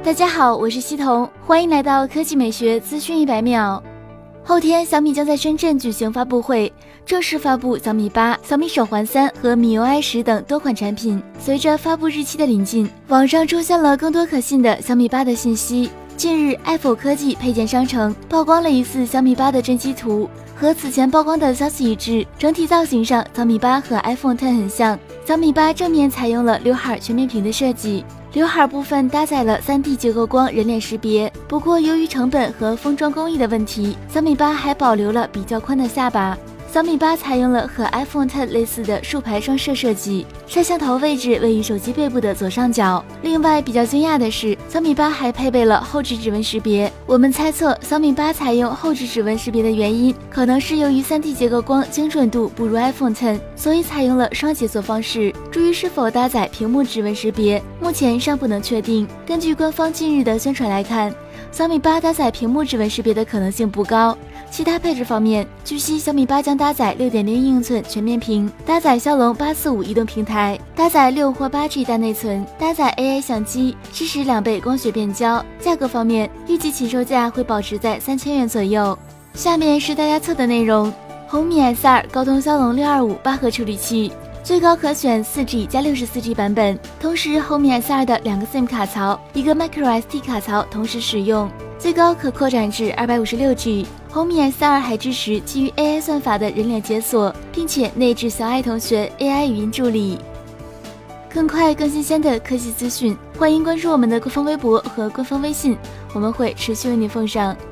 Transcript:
大家好，我是西彤，欢迎来到科技美学资讯100秒。后天小米将在深圳举行发布会，正式发布小米8、小米手环3和米 UI 10等多款产品。随着发布日期的临近，网上出现了更多可信的小米8的信息。近日，爱否科技配件商城曝光了疑似小米8的真机图，和此前曝光的消息一致。整体造型上，小米8和 iPhone X 很像。小米8正面采用了刘海全面屏的设计，刘海部分搭载了 3D 结构光人脸识别。不过，由于成本和封装工艺的问题，小米8还保留了比较宽的下巴。小米8采用了和 iPhone X 类似的竖排双摄设计，摄像头位置位于手机背部的左上角。另外，比较惊讶的是，小米8还配备了后置指纹识别。我们猜测，小米8采用后置指纹识别的原因，可能是由于 3D 结构光精准度不如 iPhone X， 所以采用了双解锁方式。至于是否搭载屏幕指纹识别，目前尚不能确定。根据官方近日的宣传来看，小米8搭载屏幕指纹识别的可能性不高。其他配置方面，据悉小米8将搭载 6.0 英寸全面屏，搭载骁龙845移动平台，搭载6或8G 大内存，搭载 AI 相机，支持2倍光学变焦。价格方面，预计起售价会保持在3000元左右。下面是大家测的内容：红米 S2 高通骁龙625 8核处理器，最高可选 4G 加 64G 版本，同时红米 S2 的2个 SIM 卡槽、1个 microSD 卡槽同时使用，最高可扩展至256G。红米 S2 还支持基于 AI 算法的人脸解锁，并且内置小爱同学 AI 语音助理。更快更新鲜的科技资讯，欢迎关注我们的官方微博和官方微信，我们会持续为您奉上。